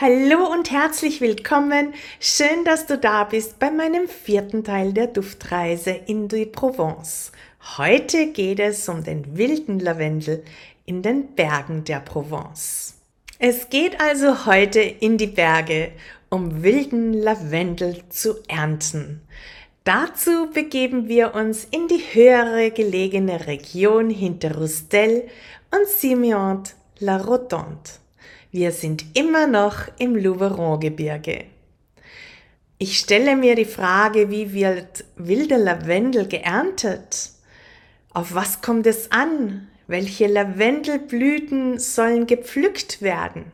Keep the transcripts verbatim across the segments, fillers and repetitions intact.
Hallo und herzlich willkommen. Schön, dass du da bist bei meinem vierten Teil der Duftreise in die Provence. Heute geht es um den wilden Lavendel in den Bergen der Provence. Es geht also heute in die Berge, um wilden Lavendel zu ernten. Dazu begeben wir uns in die höhere gelegene Region hinter Roustel und Simiont-la-Rotonde. Wir sind immer noch im Luberon-Gebirge. Ich stelle mir die Frage, wie wird wilder Lavendel geerntet? Auf was kommt es an? Welche Lavendelblüten sollen gepflückt werden?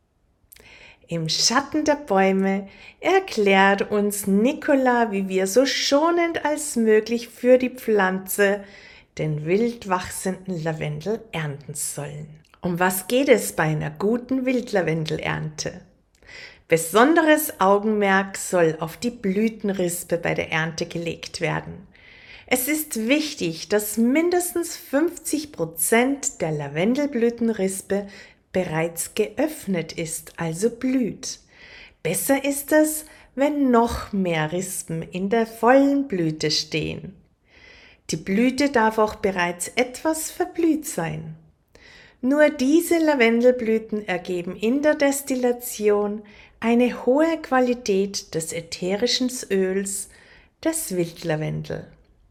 Im Schatten der Bäume erklärt uns Nicolas, wie wir so schonend als möglich für die Pflanze den wild wachsenden Lavendel ernten sollen. Um was geht es bei einer guten Wildlavendelernte? Besonderes Augenmerk soll auf die Blütenrispe bei der Ernte gelegt werden. Es ist wichtig, dass mindestens fünfzig Prozent der Lavendelblütenrispe bereits geöffnet ist, also blüht. Besser ist es, wenn noch mehr Rispen in der vollen Blüte stehen. Die Blüte darf auch bereits etwas verblüht sein. Nur diese Lavendelblüten ergeben in der Destillation eine hohe Qualität des ätherischen Öls, des Wildlavendel.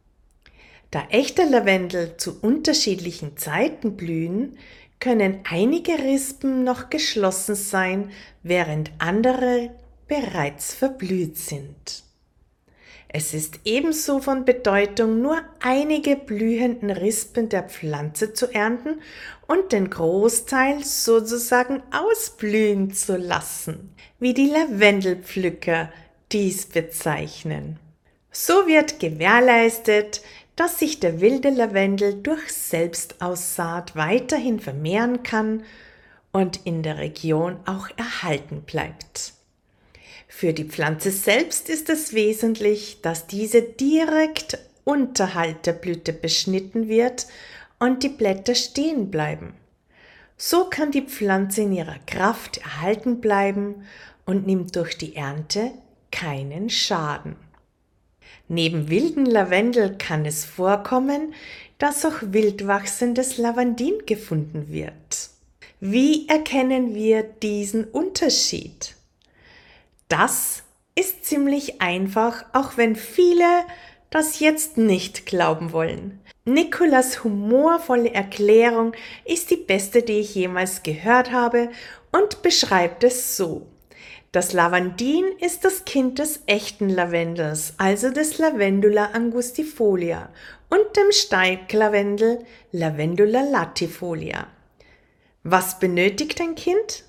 Da echte Lavendel zu unterschiedlichen Zeiten blühen, können einige Rispen noch geschlossen sein, während andere bereits verblüht sind. Es ist ebenso von Bedeutung, nur einige blühenden Rispen der Pflanze zu ernten und den Großteil sozusagen ausblühen zu lassen, wie die Lavendelpflücker dies bezeichnen. So wird gewährleistet, dass sich der wilde Lavendel durch Selbstaussaat weiterhin vermehren kann und in der Region auch erhalten bleibt. Für die Pflanze selbst ist es wesentlich, dass diese direkt unterhalb der Blüte beschnitten wird und die Blätter stehen bleiben. So kann die Pflanze in ihrer Kraft erhalten bleiben und nimmt durch die Ernte keinen Schaden. Neben wilden Lavendel kann es vorkommen, dass auch wild wachsendes Lavandin gefunden wird. Wie erkennen wir diesen Unterschied? Das ist ziemlich einfach, auch wenn viele das jetzt nicht glauben wollen. Nicolas' humorvolle Erklärung ist die beste, die ich jemals gehört habe und beschreibt es so. Das Lavandin ist das Kind des echten Lavendels, also des Lavandula angustifolia und dem Steiglavendel Lavandula latifolia. Was benötigt ein Kind?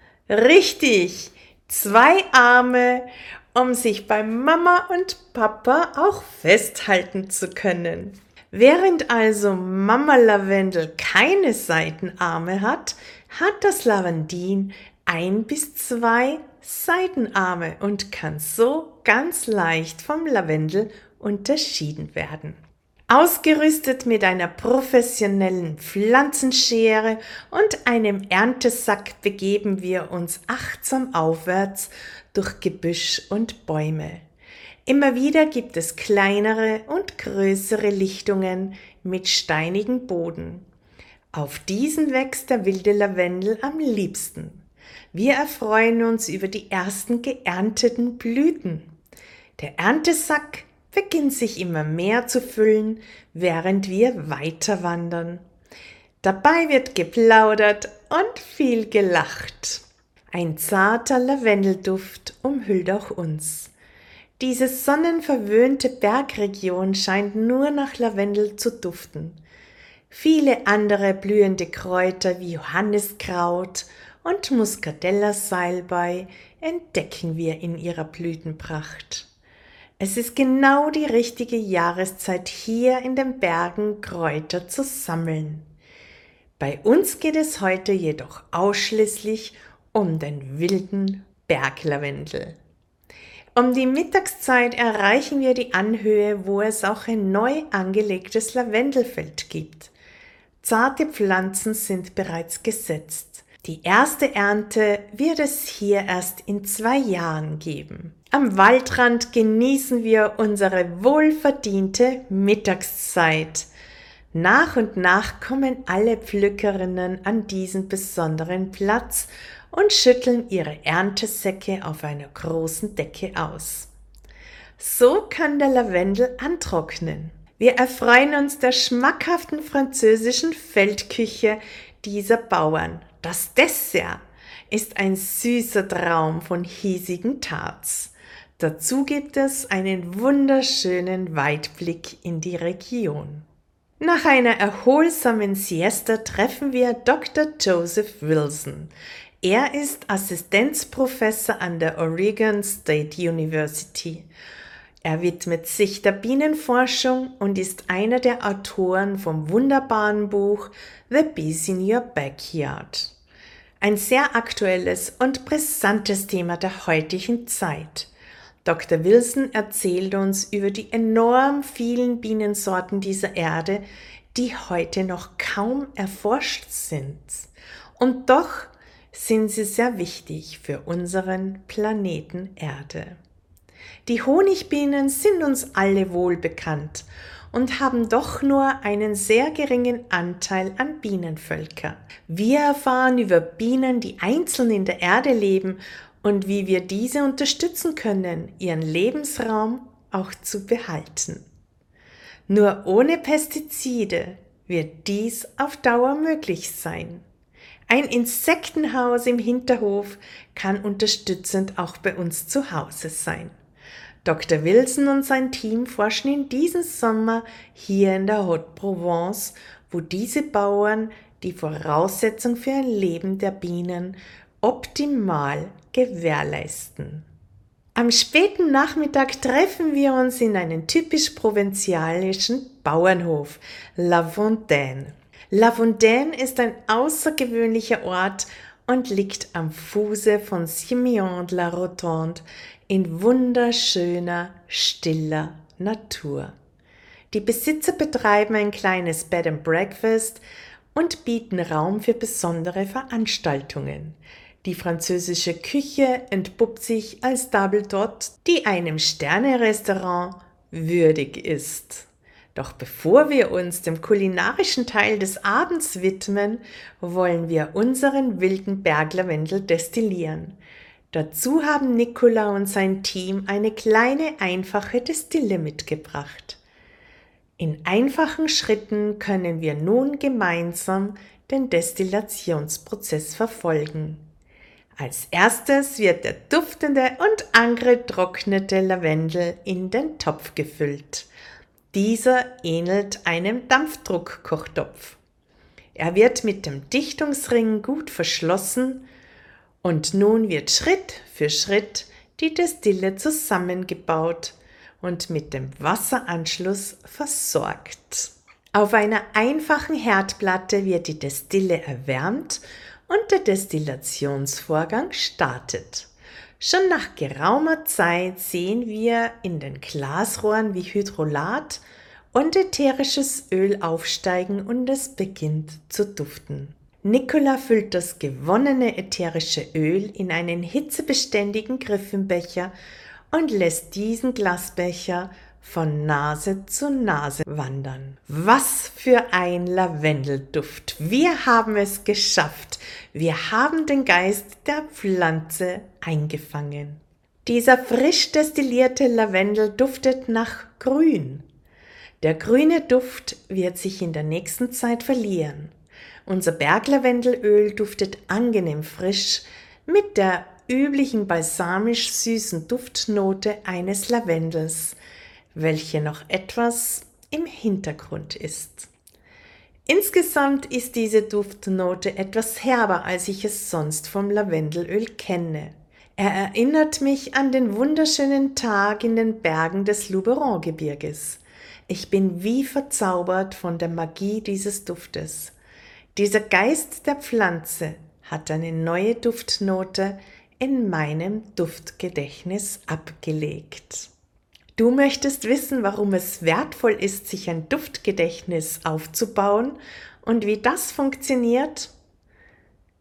Richtig! Zwei Arme, um sich bei Mama und Papa auch festhalten zu können. Während also Mama Lavendel keine Seitenarme hat, hat das Lavandin ein bis zwei Seitenarme und kann so ganz leicht vom Lavendel unterschieden werden. Ausgerüstet mit einer professionellen Pflanzenschere und einem Erntesack begeben wir uns achtsam aufwärts durch Gebüsch und Bäume. Immer wieder gibt es kleinere und größere Lichtungen mit steinigem Boden. Auf diesen wächst der wilde Lavendel am liebsten. Wir erfreuen uns über die ersten geernteten Blüten. Der Erntesack beginnt sich immer mehr zu füllen, während wir weiter wandern. Dabei wird geplaudert und viel gelacht. Ein zarter Lavendelduft umhüllt auch uns. Diese sonnenverwöhnte Bergregion scheint nur nach Lavendel zu duften. Viele andere blühende Kräuter wie Johanniskraut und Muscatella-Salbei entdecken wir in ihrer Blütenpracht. Es ist genau die richtige Jahreszeit, hier in den Bergen Kräuter zu sammeln. Bei uns geht es heute jedoch ausschließlich um den wilden Berglavendel. Um die Mittagszeit erreichen wir die Anhöhe, wo es auch ein neu angelegtes Lavendelfeld gibt. Zarte Pflanzen sind bereits gesetzt. Die erste Ernte wird es hier erst in zwei Jahren geben. Am Waldrand genießen wir unsere wohlverdiente Mittagszeit. Nach und nach kommen alle Pflückerinnen an diesen besonderen Platz und schütteln ihre Erntesäcke auf einer großen Decke aus. So kann der Lavendel antrocknen. Wir erfreuen uns der schmackhaften französischen Feldküche dieser Bauern. Das Dessert ist ein süßer Traum von hiesigen Tarts. Dazu gibt es einen wunderschönen Weitblick in die Region. Nach einer erholsamen Siesta treffen wir Doktor Joseph Wilson. Er ist Assistenzprofessor an der Oregon State University. Er widmet sich der Bienenforschung und ist einer der Autoren vom wunderbaren Buch The Bees in Your Backyard. Ein sehr aktuelles und brisantes Thema der heutigen Zeit. Doktor Wilson erzählt uns über die enorm vielen Bienensorten dieser Erde, die heute noch kaum erforscht sind. Und doch sind sie sehr wichtig für unseren Planeten Erde. Die Honigbienen sind uns alle wohl bekannt und haben doch nur einen sehr geringen Anteil an Bienenvölkern. Wir erfahren über Bienen, die einzeln in der Erde leben und wie wir diese unterstützen können, ihren Lebensraum auch zu behalten. Nur ohne Pestizide wird dies auf Dauer möglich sein. Ein Insektenhaus im Hinterhof kann unterstützend auch bei uns zu Hause sein. Doktor Wilson und sein Team forschen in diesem Sommer hier in der Haute-Provence, wo diese Bauern die Voraussetzung für ein Leben der Bienen optimal gewährleisten. Am späten Nachmittag treffen wir uns in einen typisch provinzialischen Bauernhof, La Fontaine. La Fontaine ist ein außergewöhnlicher Ort und liegt am Fuße von Simeon-de-la-Rotonde in wunderschöner, stiller Natur. Die Besitzer betreiben ein kleines Bed and Breakfast und bieten Raum für besondere Veranstaltungen. Die französische Küche entpuppt sich als Table d'hôte, die einem Sterne-Restaurant würdig ist. Doch bevor wir uns dem kulinarischen Teil des Abends widmen, wollen wir unseren wilden Berglavendel destillieren. Dazu haben Nicola und sein Team eine kleine, einfache Destille mitgebracht. In einfachen Schritten können wir nun gemeinsam den Destillationsprozess verfolgen. Als erstes wird der duftende und angetrocknete Lavendel in den Topf gefüllt. Dieser ähnelt einem Dampfdruckkochtopf. Er wird mit dem Dichtungsring gut verschlossen und nun wird Schritt für Schritt die Destille zusammengebaut und mit dem Wasseranschluss versorgt. Auf einer einfachen Herdplatte wird die Destille erwärmt und der Destillationsvorgang startet. Schon nach geraumer Zeit sehen wir in den Glasrohren, wie Hydrolat und ätherisches Öl aufsteigen und es beginnt zu duften. Nicola füllt das gewonnene ätherische Öl in einen hitzebeständigen Griffenbecher und lässt diesen Glasbecher von Nase zu Nase wandern. Was für ein Lavendelduft! Wir haben es geschafft. Wir haben den Geist der Pflanze eingefangen. Dieser frisch destillierte Lavendel duftet nach Grün. Der grüne Duft wird sich in der nächsten Zeit verlieren. Unser Berglavendelöl duftet angenehm frisch mit der üblichen balsamisch süßen Duftnote eines Lavendels, welche noch etwas im Hintergrund ist. Insgesamt ist diese Duftnote etwas herber, als ich es sonst vom Lavendelöl kenne. Er erinnert mich an den wunderschönen Tag in den Bergen des Luberon-Gebirges. Ich bin wie verzaubert von der Magie dieses Duftes. Dieser Geist der Pflanze hat eine neue Duftnote in meinem Duftgedächtnis abgelegt. Du möchtest wissen, warum es wertvoll ist, sich ein Duftgedächtnis aufzubauen und wie das funktioniert?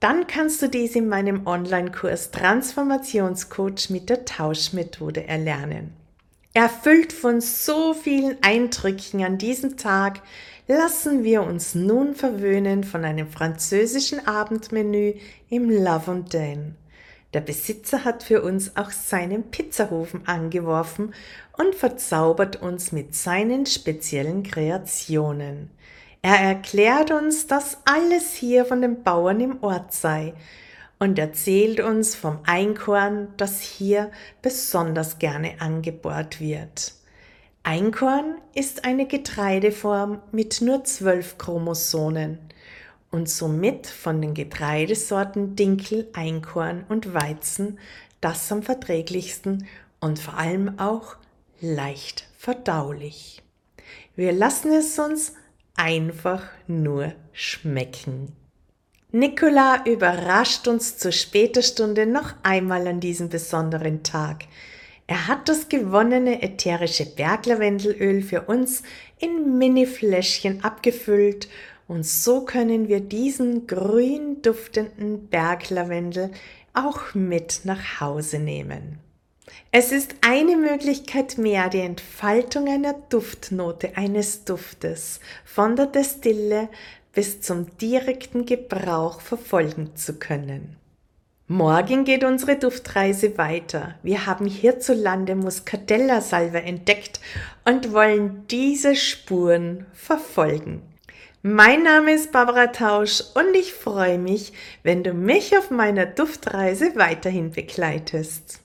dann kannst du dies in meinem Online-Kurs Transformationscoach mit der Tauschmethode erlernen. Erfüllt von so vielen Eindrücken an diesem Tag, lassen wir uns nun verwöhnen von einem französischen Abendmenü im La Fontaine. Der Besitzer hat für uns auch seinen Pizzaofen angeworfen und verzaubert uns mit seinen speziellen Kreationen. Er erklärt uns, dass alles hier von den Bauern im Ort sei und erzählt uns vom Einkorn, das hier besonders gerne angebaut wird. Einkorn ist eine Getreideform mit nur zwölf Chromosomen und somit von den Getreidesorten Dinkel, Einkorn und Weizen das am verträglichsten und vor allem auch leicht verdaulich. Wir lassen es uns einfach nur schmecken. Nicola überrascht uns zu später Stunde noch einmal an diesem besonderen Tag. Er hat das gewonnene ätherische Berglavendelöl für uns in Mini-Fläschchen abgefüllt und so können wir diesen grün duftenden Berglavendel auch mit nach Hause nehmen. Es ist eine Möglichkeit mehr, die Entfaltung einer Duftnote, eines Duftes von der Destille bis zum direkten Gebrauch verfolgen zu können. Morgen geht unsere Duftreise weiter. Wir haben hierzulande Muscatella-Salve entdeckt und wollen diese Spuren verfolgen. Mein Name ist Barbara Tausch und ich freue mich, wenn du mich auf meiner Duftreise weiterhin begleitest.